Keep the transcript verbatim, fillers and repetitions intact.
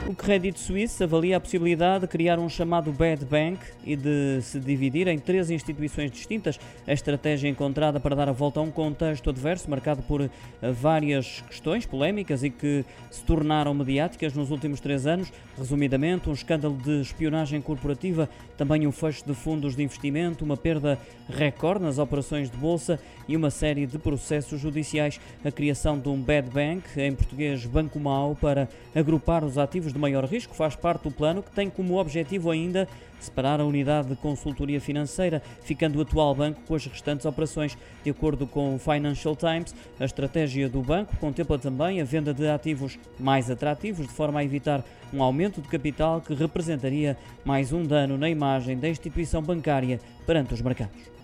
O Credit Suisse avalia a possibilidade de criar um chamado Bad Bank e de se dividir em três instituições distintas. A estratégia encontrada para dar a volta a um contexto adverso, marcado por várias questões polémicas e que se tornaram mediáticas nos últimos três anos. Resumidamente, um escândalo de espionagem corporativa, também um fecho de fundos de investimento, uma perda recorde nas operações de bolsa e uma série de processos judiciais. A criação de um Bad Bank, em português Banco Mau, para agrupar os ativos de maior risco, faz parte do plano que tem como objetivo ainda separar a unidade de consultoria financeira, ficando o atual banco com as restantes operações. De acordo com o Financial Times, a estratégia do banco contempla também a venda de ativos mais atrativos, de forma a evitar um aumento de capital que representaria mais um dano na imagem da instituição bancária perante os mercados.